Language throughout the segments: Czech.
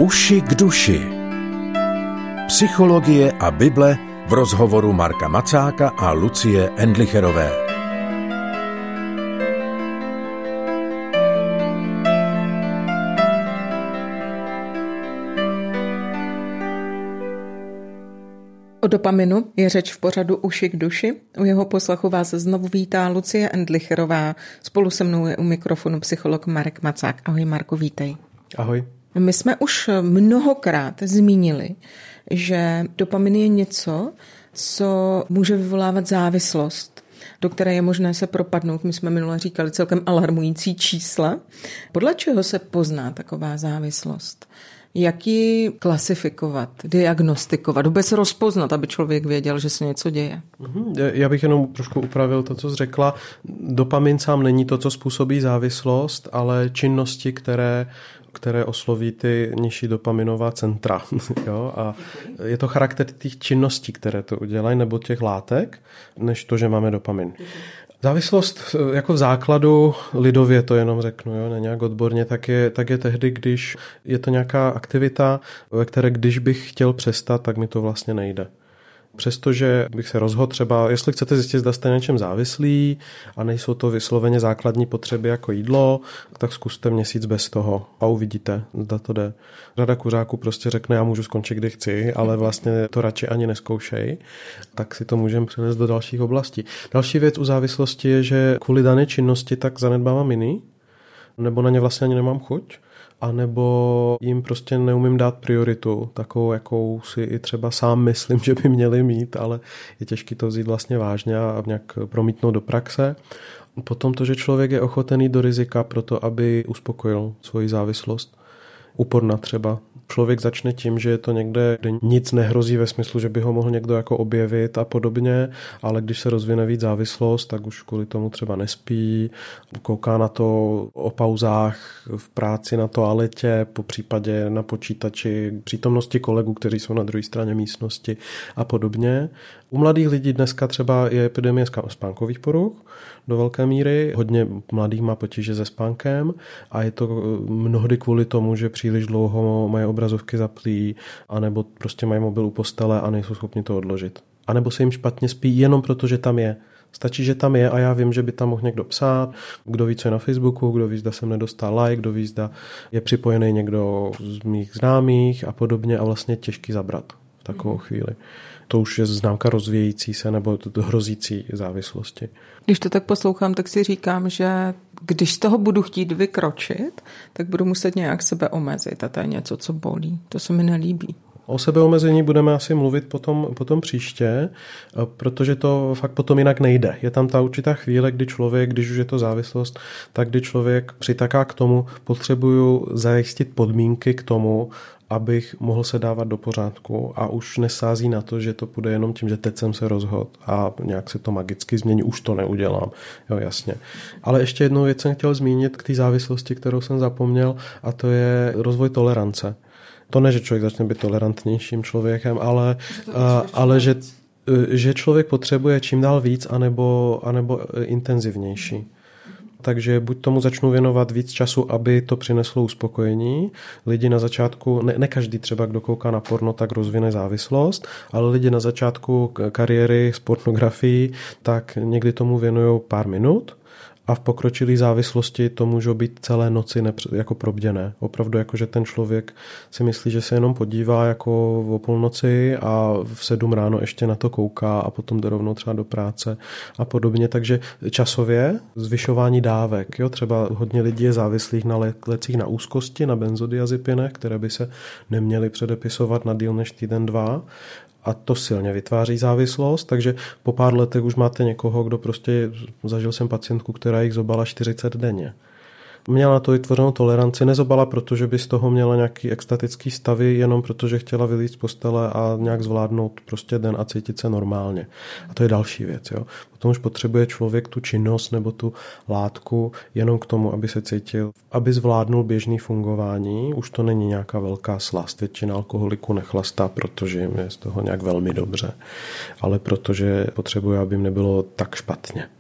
Uši k duši. Psychologie a Bible v rozhovoru Marka Macáka a Lucie Endlicherové. O dopaminu je řeč v pořadu Uši k duši. U jeho poslechu vás znovu vítá Lucie Endlicherová. Spolu se mnou je u mikrofonu psycholog Marek Macák. Ahoj Marku, vítej. Ahoj. My jsme už mnohokrát zmínili, že dopamin je něco, co může vyvolávat závislost, do které je možné se propadnout. My jsme minule říkali celkem alarmující čísla. Podle čeho se pozná taková závislost? Jak ji klasifikovat, diagnostikovat, vůbec rozpoznat, aby člověk věděl, že se něco děje? Já bych jenom trošku upravil to, co jsi řekla. Dopamin sám není to, co způsobí závislost, ale činnosti, které osloví ty nižší dopaminová centra. Jo? A je to charakter těch činností, které to udělají, nebo těch látek, než to, že máme dopamin. Závislost jako v základu, lidově to jenom řeknu, jo, ne nějak odborně, tak je tehdy, když je to nějaká aktivita, ve které když bych chtěl přestat, tak mi to vlastně nejde. Přestože bych se rozhodl třeba, jestli chcete zjistit, zda jste na něčem závislí a nejsou to vysloveně základní potřeby jako jídlo, tak zkuste měsíc bez toho a uvidíte, zda to jde. Řada kuřáků prostě řekne, já můžu skončit, kdy chci, ale vlastně to radši ani neskoušej, tak si to můžeme přenést do dalších oblastí. Další věc u závislosti je, že kvůli dané činnosti tak zanedbávám jiný, nebo na ně vlastně ani nemám chuť, a nebo jim prostě neumím dát prioritu, takovou, jakou si i třeba sám myslím, že by měli mít, ale je těžké to vzít vlastně vážně a nějak promítnout do praxe. Potom to, že člověk je ochotený do rizika pro to, aby uspokojil svoji závislost. Úporna třeba. Člověk začne tím, že je to někde, kde nic nehrozí ve smyslu, že by ho mohl někdo jako objevit a podobně, ale když se rozvine víc závislost, tak už kvůli tomu třeba nespí, kouká na to o pauzách v práci na toaletě, po případě na počítači, přítomnosti kolegů, kteří jsou na druhé straně místnosti a podobně. U mladých lidí dneska třeba je epidemie spánkových poruch do velké míry. Hodně mladých má potíže se spánkem a je to mnohdy kvůli tomu, že příliš dlouho mají obrazovky zaplý, anebo prostě mají mobil u postele a nejsou schopni to odložit. A nebo se jim špatně spí jenom proto, že tam je. Stačí, že tam je a já vím, že by tam mohl někdo psát, kdo ví, co je na Facebooku, kdo ví, zda jsem nedostal like, kdo ví, zda je připojený někdo z mých známých a podobně a vlastně těžký zabrat v takovou chvíli. To už je známka rozvíjející se nebo hrozící závislosti. Když to tak poslouchám, tak si říkám, že když z toho budu chtít vykročit, tak budu muset nějak sebe omezit a to je něco, co bolí. To se mi nelíbí. O sebeomezení budeme asi mluvit potom příště, protože to fakt potom jinak nejde. Je tam ta určitá chvíle, kdy člověk, když už je to závislost, tak kdy člověk přitaká k tomu, potřebuju zajistit podmínky k tomu, abych mohl se dávat do pořádku a už nesází na to, že to půjde jenom tím, že teď jsem se rozhodl a nějak se to magicky změní, už to neudělám. Jo, jasně. Ale ještě jednou věc jsem chtěl zmínit k té závislosti, kterou jsem zapomněl, a to je rozvoj tolerance. To ne, že člověk začne být tolerantnějším člověkem, ale že člověk potřebuje čím dál víc anebo intenzivnější. Takže buď tomu začnu věnovat víc času, aby to přineslo uspokojení. Lidi na začátku, ne každý třeba, kdo kouká na porno, tak rozvine závislost, ale lidi na začátku kariéry s pornografií, tak někdy tomu věnují pár minut. A v pokročilé závislosti to můžou být celé noci jako probděné. Opravdu jako, že ten člověk si myslí, že se jenom podívá jako o půlnoci a v 7 ráno ještě na to kouká a potom jde rovnou třeba do práce a podobně. Takže časově zvyšování dávek. Jo? Třeba hodně lidí je závislých na lécích na úzkosti, na benzodiazepinech, které by se neměly předepisovat na díl než týden, 2. A to silně vytváří závislost, takže po pár letech už máte někoho, kdo prostě, zažil jsem pacientku, která jich zobala 40 denně. Měla na to vytvořenou toleranci, nezobala, protože by z toho měla nějaký extatický stavy, jenom protože chtěla vylít z postele a nějak zvládnout prostě den a cítit se normálně. A to je další věc. Jo. Potom už potřebuje člověk tu činnost nebo tu látku jenom k tomu, aby se cítil, aby zvládnul běžný fungování. Už to není nějaká velká slast. Většina alkoholiků nechlastá, protože jim je z toho nějak velmi dobře, ale protože potřebuje, aby jim nebylo tak špatně.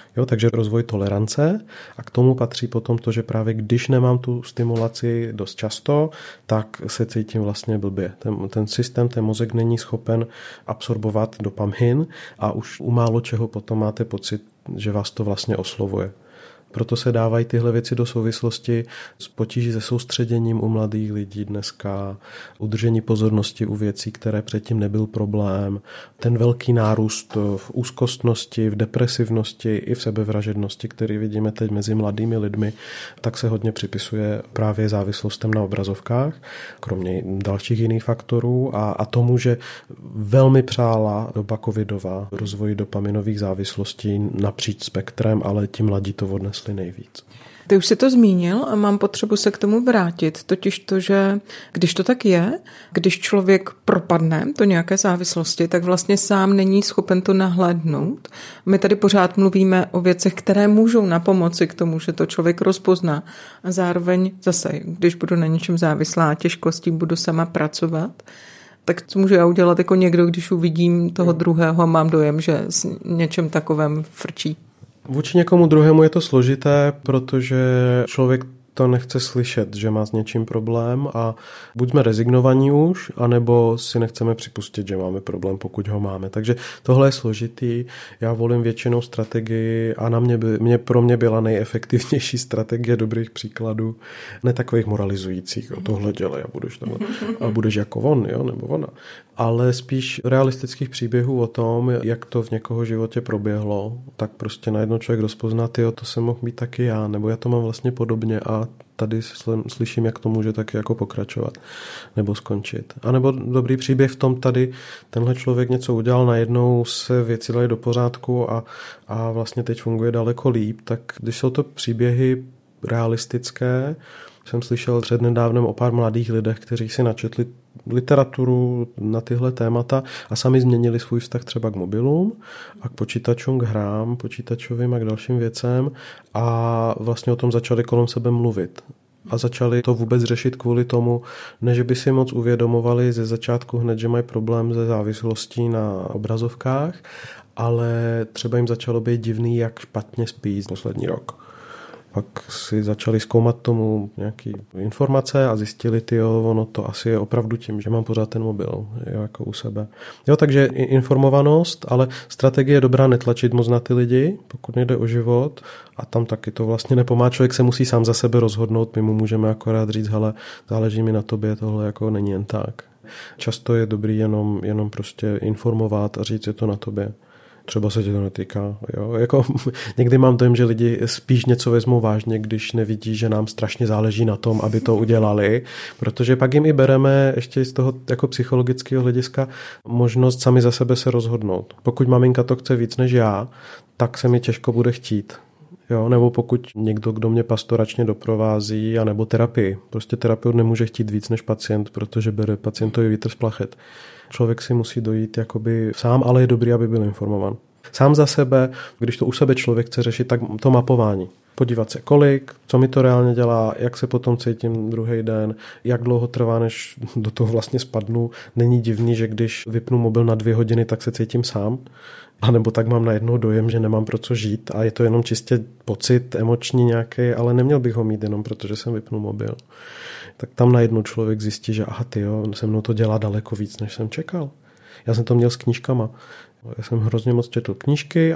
Jo, takže rozvoj tolerance a k tomu patří potom to, že právě když nemám tu stimulaci dost často, tak se cítím vlastně blbě. Ten systém, ten mozek není schopen absorbovat dopamin a už u málo čeho potom máte pocit, že vás to vlastně oslovuje. Proto se dávají tyhle věci do souvislosti s potíží se soustředěním u mladých lidí dneska, udržení pozornosti u věcí, které předtím nebyl problém, ten velký nárůst v úzkostnosti, v depresivnosti i v sebevražednosti, který vidíme teď mezi mladými lidmi, tak se hodně připisuje právě závislostem na obrazovkách, kromě dalších jiných faktorů a tomu, že velmi přála doba covidová rozvoji dopaminových závislostí napříč spektrem, ale ti mladí to odnesli nejvíc. Ty už si to zmínil a mám potřebu se k tomu vrátit, totiž to, že když to tak je, když člověk propadne do nějaké závislosti, tak vlastně sám není schopen to nahlédnout. My tady pořád mluvíme o věcech, které můžou napomoci k tomu, že to člověk rozpozná a zároveň zase, když budu na něčem závislá, těžko s tím budu sama pracovat, tak co můžu já udělat jako někdo, když uvidím toho druhého a mám dojem, že s něčem takovém frčí? Vůči někomu druhému je to složité, protože člověk to nechce slyšet, že má s něčím problém a buď jsme rezignovaní už, anebo si nechceme připustit, že máme problém, pokud ho máme. Takže tohle je složitý. Já volím většinou strategii a pro mě byla nejefektivnější strategie dobrých příkladů, ne takových moralizujících, o tohle dělej a budeš jako on, jo, nebo ona. Ale spíš realistických příběhů o tom, jak to v někoho životě proběhlo, tak prostě najednou člověk rozpozná, to jsem mohl být taky já, nebo já to mám vlastně podobně a tady slyším, jak to může taky jako pokračovat nebo skončit. A nebo dobrý příběh v tom tady tenhle člověk něco udělal, najednou se věci daly do pořádku a vlastně teď funguje daleko líp, tak když jsou to příběhy realistické, jsem slyšel přednedávnem o pár mladých lidech, kteří si načetli literaturu na tyhle témata a sami změnili svůj vztah třeba k mobilům a k počítačům, k hrám počítačovým a k dalším věcem a vlastně o tom začali kolem sebe mluvit. A začali to vůbec řešit kvůli tomu, ne že by si moc uvědomovali ze začátku hned, že mají problém se závislostí na obrazovkách, ale třeba jim začalo být divný, jak špatně spí poslední rok. Pak si začali zkoumat tomu nějaké informace a zjistili, ono to asi je opravdu tím, že mám pořád ten mobil, jo, jako u sebe. Jo, takže informovanost, ale strategie je dobrá netlačit moc na ty lidi, pokud nejde o život a tam taky to vlastně nepomáhá. Člověk se musí sám za sebe rozhodnout, my mu můžeme akorát říct, hele, záleží mi na tobě, tohle jako není jen tak. Často je dobrý jenom prostě informovat a říct, je to na tobě. Třeba se tě to netýká. Jo? Jako, někdy mám dojem, že lidi spíš něco vezmou vážně, když nevidí, že nám strašně záleží na tom, aby to udělali, protože pak jim i bereme ještě z toho jako psychologického hlediska možnost sami za sebe se rozhodnout. Pokud maminka to chce víc než já, tak se mi těžko bude chtít. Jo? Nebo pokud někdo, kdo mě pastoračně doprovází, anebo terapii. Prostě terapeut nemůže chtít víc než pacient, protože bere pacientovi vítr z plachet. Člověk si musí dojít jakoby sám, ale je dobrý, aby byl informovan. Sám za sebe, když to u sebe člověk chce řešit, tak to mapování. Podívat se kolik, co mi to reálně dělá, jak se potom cítím druhý den, jak dlouho trvá, než do toho vlastně spadnu. Není divný, že když vypnu mobil na 2 hodiny, tak se cítím sám. A nebo tak mám najednou dojem, že nemám pro co žít a je to jenom čistě pocit emoční nějaký, ale neměl bych ho mít jenom protože jsem vypnul mobil. Tak tam najednou člověk zjistí, že se mnou to dělá daleko víc, než jsem čekal. Já jsem to měl s knížkama. Já jsem hrozně moc četl knížky,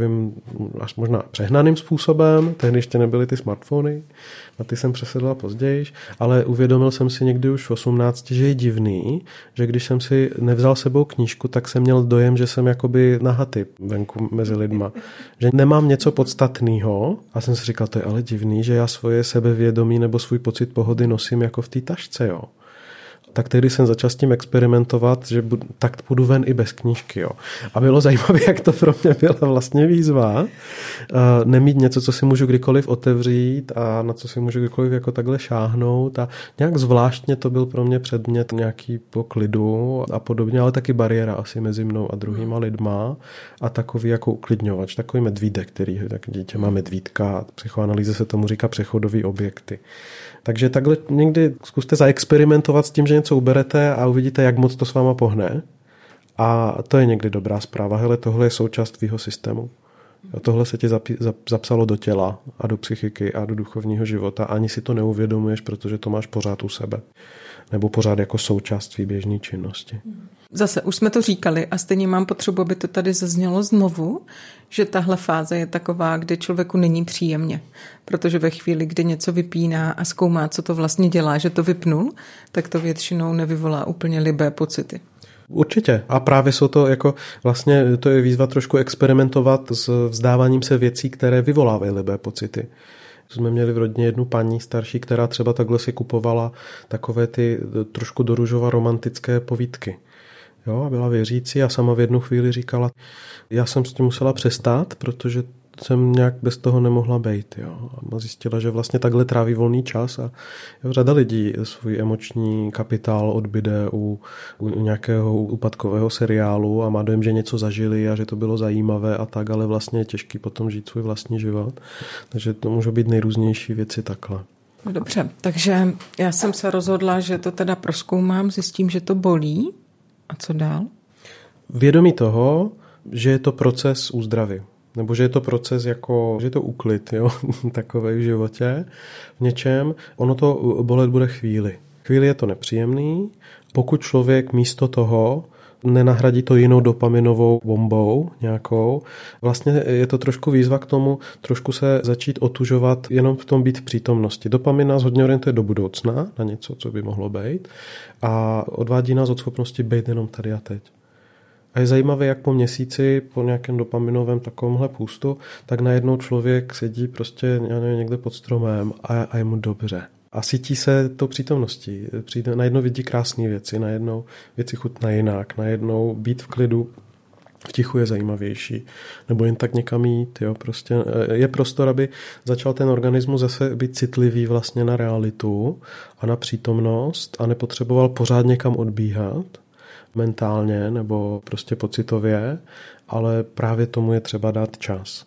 až možná přehnaným způsobem, tehdy ještě nebyly ty smartfony, na ty jsem přesedla později, ale uvědomil jsem si někdy už v 18, že je divný, že když jsem si nevzal sebou knížku, tak jsem měl dojem, že jsem jakoby nahatý venku mezi lidma. Že nemám něco podstatného a jsem si říkal, to je ale divný, že já svoje sebevědomí nebo svůj pocit pohody nosím jako v té tašce, jo. Tak tehdy jsem začal s tím experimentovat, že tak půjdu ven i bez knížky. Jo. A bylo zajímavé, jak to pro mě byla vlastně výzva. Nemít něco, co si můžu kdykoliv otevřít a na co si můžu kdykoliv jako takhle šáhnout. A nějak zvláštně to byl pro mě předmět nějaký poklidu a podobně, ale taky bariéra asi mezi mnou a druhýma lidma a takový jako uklidňovač, takový medvídek, který tak dítě má medvídka. Psychoanalýze se tomu říká přechodový objekty. Takže takhle někdy zkuste zaexperimentovat s tím, že něco uberete a uvidíte, jak moc to s váma pohne. A to je někdy dobrá zpráva. Hele, tohle je součást tvýho systému. A tohle se ti zapsalo do těla a do psychiky a do duchovního života. Ani si to neuvědomuješ, protože to máš pořád u sebe. Nebo pořád jako součást tvý běžné činnosti. Zase, už jsme to říkali a stejně mám potřebu, aby to tady zaznělo znovu, že tahle fáze je taková, kde člověku není příjemně. Protože ve chvíli, kdy něco vypíná a zkoumá, co to vlastně dělá, že to vypnul, tak to většinou nevyvolá úplně libé pocity. Určitě. A právě jsou to jako vlastně, to je výzva trošku experimentovat s vzdáváním se věcí, které vyvolávají libé pocity. Jsme měli v rodině jednu paní starší, která třeba takhle si kupovala takové ty trošku do růžova romantické povídky. Jo, a byla věřící a sama v jednu chvíli říkala, já jsem s tím musela přestat, protože jsem nějak bez toho nemohla bejt. Jo. A zjistila, že vlastně takhle tráví volný čas a řada lidí svůj emoční kapitál odbyde u nějakého úpadkového seriálu a má dojem, že něco zažili a že to bylo zajímavé a tak, ale vlastně je těžký potom žít svůj vlastní život. Takže to můžou být nejrůznější věci takhle. Dobře, takže já jsem se rozhodla, že to teda prozkoumám, zjistím, že to bolí. A co dál? Vědomí toho, že je to proces úzdravy. Nebo že je to proces jako, že je to úklid, jo, takové v životě, v něčem. Ono to bolet bude chvíli. Chvíli je to nepříjemný. Pokud člověk místo toho nenahradí to jinou dopaminovou bombou nějakou, vlastně je to trošku výzva k tomu, trošku se začít otužovat, jenom v tom být v přítomnosti. Dopamin nás hodně orientuje do budoucna, na něco, co by mohlo být, a odvádí nás od schopnosti být jenom tady a teď. A je zajímavé, jak po měsíci, po nějakém dopaminovém takovémhle půstu, tak najednou člověk sedí prostě někde pod stromem a je mu dobře. A cítí se tou přítomností. Najednou vidí krásné věci, najednou věci chutná jinak, najednou být v klidu v tichu je zajímavější. Nebo jen tak někam jít. Jo? Prostě je prostor, aby začal ten organismus zase být citlivý vlastně na realitu a na přítomnost a nepotřeboval pořád někam odbíhat mentálně nebo prostě pocitově, ale právě tomu je třeba dát čas.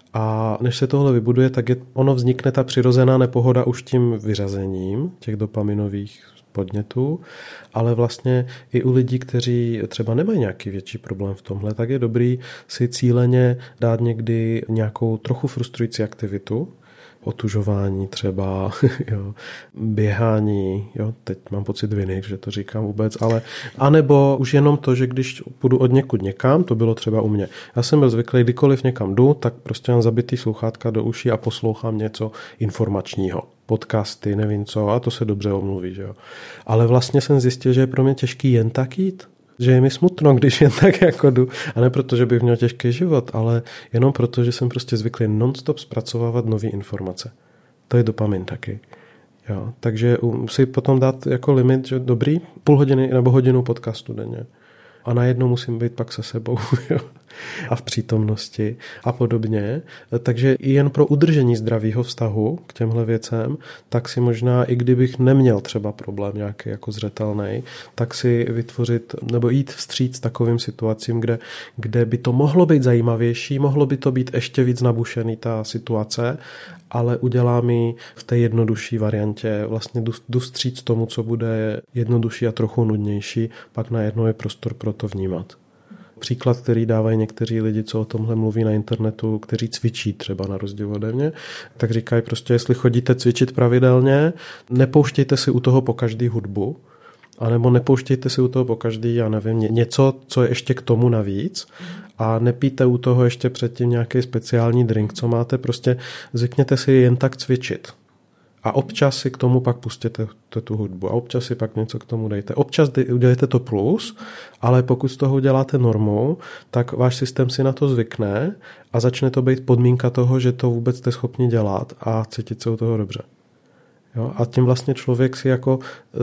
A než se tohle vybuduje, tak ono vznikne ta přirozená nepohoda už tím vyřazením těch dopaminových podnětů, ale vlastně i u lidí, kteří třeba nemají nějaký větší problém v tomhle, tak je dobrý si cíleně dát někdy nějakou trochu frustrující aktivitu, otužování třeba, jo, běhání, jo, teď mám pocit viny, že to říkám vůbec, ale anebo už jenom to, že když půjdu od někud někam, to bylo třeba u mě. Já jsem byl zvyklý, kdykoliv někam jdu, tak prostě mám zabitý sluchátka do uší a poslouchám něco informačního. Podcasty, nevím co, a to se dobře omluví, že jo. Ale vlastně jsem zjistil, že je pro mě těžký jen tak jít. Že je mi smutno, když jen tak jako jdu. A ne proto, že bych měl těžký život, ale jenom proto, že jsem prostě zvyklý non-stop zpracovávat nové informace. To je dopamin taky. Jo. Takže si potom dát jako limit, že dobrý, půl hodiny nebo hodinu podcastu denně. A najednou musím být pak se sebou. Jo. A v přítomnosti a podobně. Takže i jen pro udržení zdravého vztahu k těmhle věcem, tak si možná, i kdybych neměl třeba problém nějaký jako zřetelný, tak si vytvořit nebo jít vstříc takovým situacím, kde by to mohlo být zajímavější, mohlo by to být ještě víc nabušený ta situace, ale udělám ji v té jednodušší variantě. Vlastně jdu vstříc tomu, co bude jednodušší a trochu nudnější, pak najednou je prostor pro to vnímat. Příklad, který dávají někteří lidi, co o tomhle mluví na internetu, kteří cvičí třeba na rozdíl ode mě, tak říkají prostě, jestli chodíte cvičit pravidelně, nepouštějte si u toho po každý hudbu, anebo nepouštějte si u toho po každý, já nevím, něco, co je ještě k tomu navíc, a nepijte u toho ještě předtím nějaký speciální drink, co máte, prostě zvykněte si jen tak cvičit. A občas si k tomu pak pustěte tu hudbu a občas si pak něco k tomu dejte. Občas udělejte to plus, ale pokud z toho uděláte normu, tak váš systém si na to zvykne a začne to být podmínka toho, že to vůbec jste schopni dělat a cítit se u toho dobře. Jo? A tím vlastně člověk si jako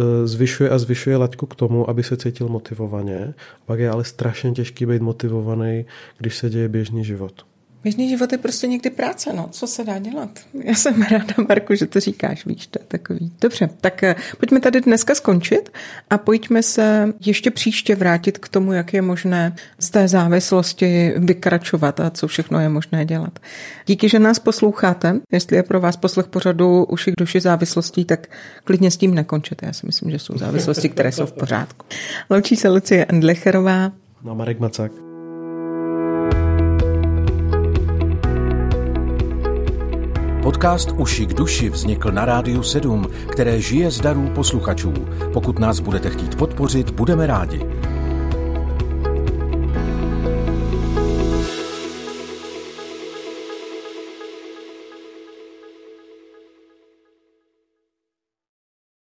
zvyšuje laťku k tomu, aby se cítil motivovaně. Pak je ale strašně těžký být motivovaný, když se děje běžný život. Běžný život je prostě někdy práce, no. Co se dá dělat? Já jsem ráda, Marku, že to říkáš, víš, to je takový. Dobře, tak pojďme tady dneska skončit a pojďme se ještě příště vrátit k tomu, jak je možné z té závislosti vykračovat a co všechno je možné dělat. Díky, že nás posloucháte. Jestli je pro vás poslech pořadu Uši k duši závislostí, tak klidně s tím nekončete. Já si myslím, že jsou závislosti, které jsou v pořádku. Loučí se Lucie Endlicherová a Marek Macák. Podcast Uši k duši vznikl na Rádiu 7, které žije z darů posluchačů. Pokud nás budete chtít podpořit, budeme rádi.